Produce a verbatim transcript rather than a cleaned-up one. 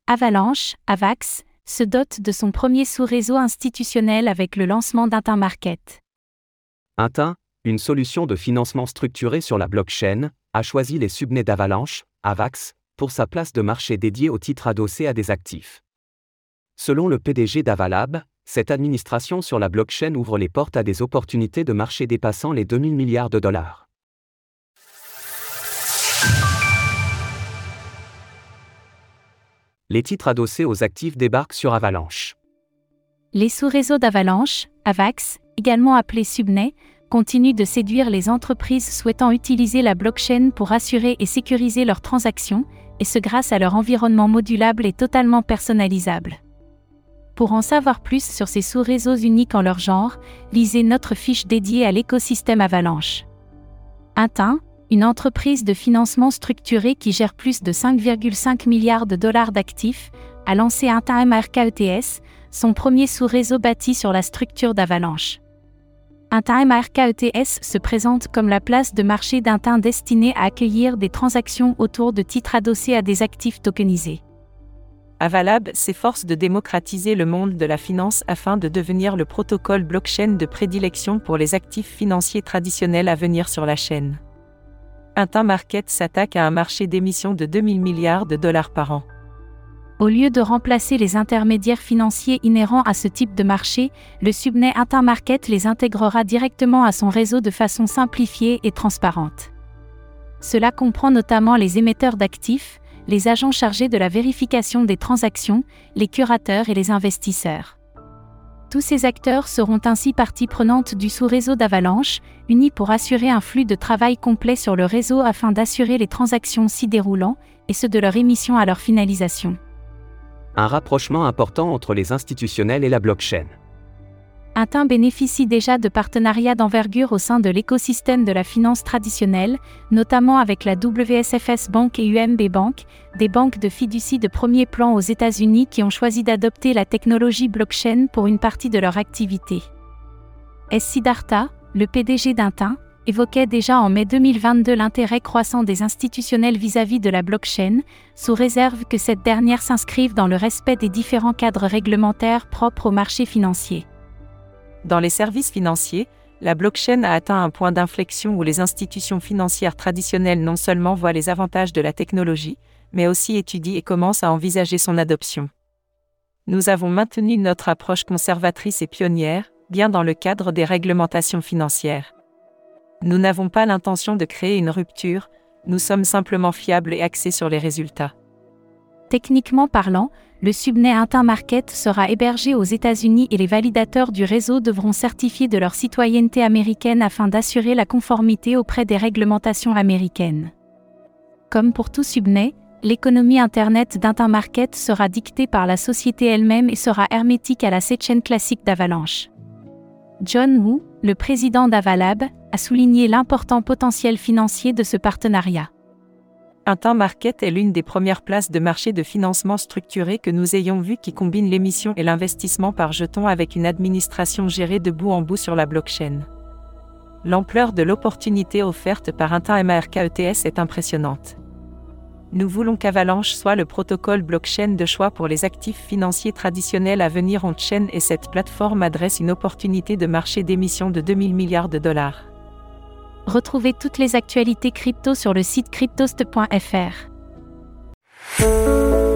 Avalanche, Avax, se dote de son premier sous-réseau institutionnel avec le lancement d'Intin Market. Intin, une solution de financement structuré sur la blockchain, a choisi les subnets d'Avalanche, Avax, pour sa place de marché dédiée aux titres adossés à des actifs. Selon le P D G d'Avalab, cette administration sur la blockchain ouvre les portes à des opportunités de marché dépassant les deux mille milliards de dollars. Les titres adossés aux actifs débarquent sur Avalanche. Les sous-réseaux d'Avalanche, Avax, également appelés subnets, continuent de séduire les entreprises souhaitant utiliser la blockchain pour assurer et sécuriser leurs transactions, et ce grâce à leur environnement modulable et totalement personnalisable. Pour en savoir plus sur ces sous-réseaux uniques en leur genre, lisez notre fiche dédiée à l'écosystème Avalanche. Intin, une entreprise de financement structuré qui gère plus de cinq virgule cinq milliards de dollars d'actifs, a lancé Intin M R K E T S, son premier sous-réseau bâti sur la structure d'Avalanche. Intin M R K E T S se présente comme la place de marché d'Intin destinée à accueillir des transactions autour de titres adossés à des actifs tokenisés. Avalab s'efforce de démocratiser le monde de la finance afin de devenir le protocole blockchain de prédilection pour les actifs financiers traditionnels à venir sur la chaîne. Intin Market s'attaque à un marché d'émission de deux mille milliards de dollars par an. Au lieu de remplacer les intermédiaires financiers inhérents à ce type de marché, le subnet Intin Market les intégrera directement à son réseau de façon simplifiée et transparente. Cela comprend notamment les émetteurs d'actifs, les agents chargés de la vérification des transactions, les curateurs et les investisseurs. Tous ces acteurs seront ainsi partie prenante du sous-réseau d'Avalanche, unis pour assurer un flux de travail complet sur le réseau afin d'assurer les transactions s'y déroulant, et ce de leur émission à leur finalisation. Un rapprochement important entre les institutionnels et la blockchain. Intin bénéficie déjà de partenariats d'envergure au sein de l'écosystème de la finance traditionnelle, notamment avec la W S F S Bank et U M B Bank, des banques de fiducie de premier plan aux États-Unis qui ont choisi d'adopter la technologie blockchain pour une partie de leur activité. S. Siddhartha, le P D G d'Intin, évoquait déjà en mai deux mille vingt-deux l'intérêt croissant des institutionnels vis-à-vis de la blockchain, sous réserve que cette dernière s'inscrive dans le respect des différents cadres réglementaires propres au marché financier. Dans les services financiers, la blockchain a atteint un point d'inflexion où les institutions financières traditionnelles non seulement voient les avantages de la technologie, mais aussi étudient et commencent à envisager son adoption. Nous avons maintenu notre approche conservatrice et pionnière, bien dans le cadre des réglementations financières. Nous n'avons pas l'intention de créer une rupture, nous sommes simplement fiables et axés sur les résultats. Techniquement parlant, le subnet Intin Market sera hébergé aux États-Unis et les validateurs du réseau devront certifier de leur citoyenneté américaine afin d'assurer la conformité auprès des réglementations américaines. Comme pour tout subnet, l'économie Internet d'Intin Market sera dictée par la société elle-même et sera hermétique à la sidechain classique d'Avalanche. John Wu, le président d'Avalab, a souligné l'important potentiel financier de ce partenariat. Intin Market est l'une des premières places de marché de financement structuré que nous ayons vu qui combine l'émission et l'investissement par jetons avec une administration gérée de bout en bout sur la blockchain. L'ampleur de l'opportunité offerte par Intin M R K E T S est impressionnante. Nous voulons qu'Avalanche soit le protocole blockchain de choix pour les actifs financiers traditionnels à venir on-chain et cette plateforme adresse une opportunité de marché d'émission de deux mille milliards de dollars. Retrouvez toutes les actualités crypto sur le site cryptost point f r.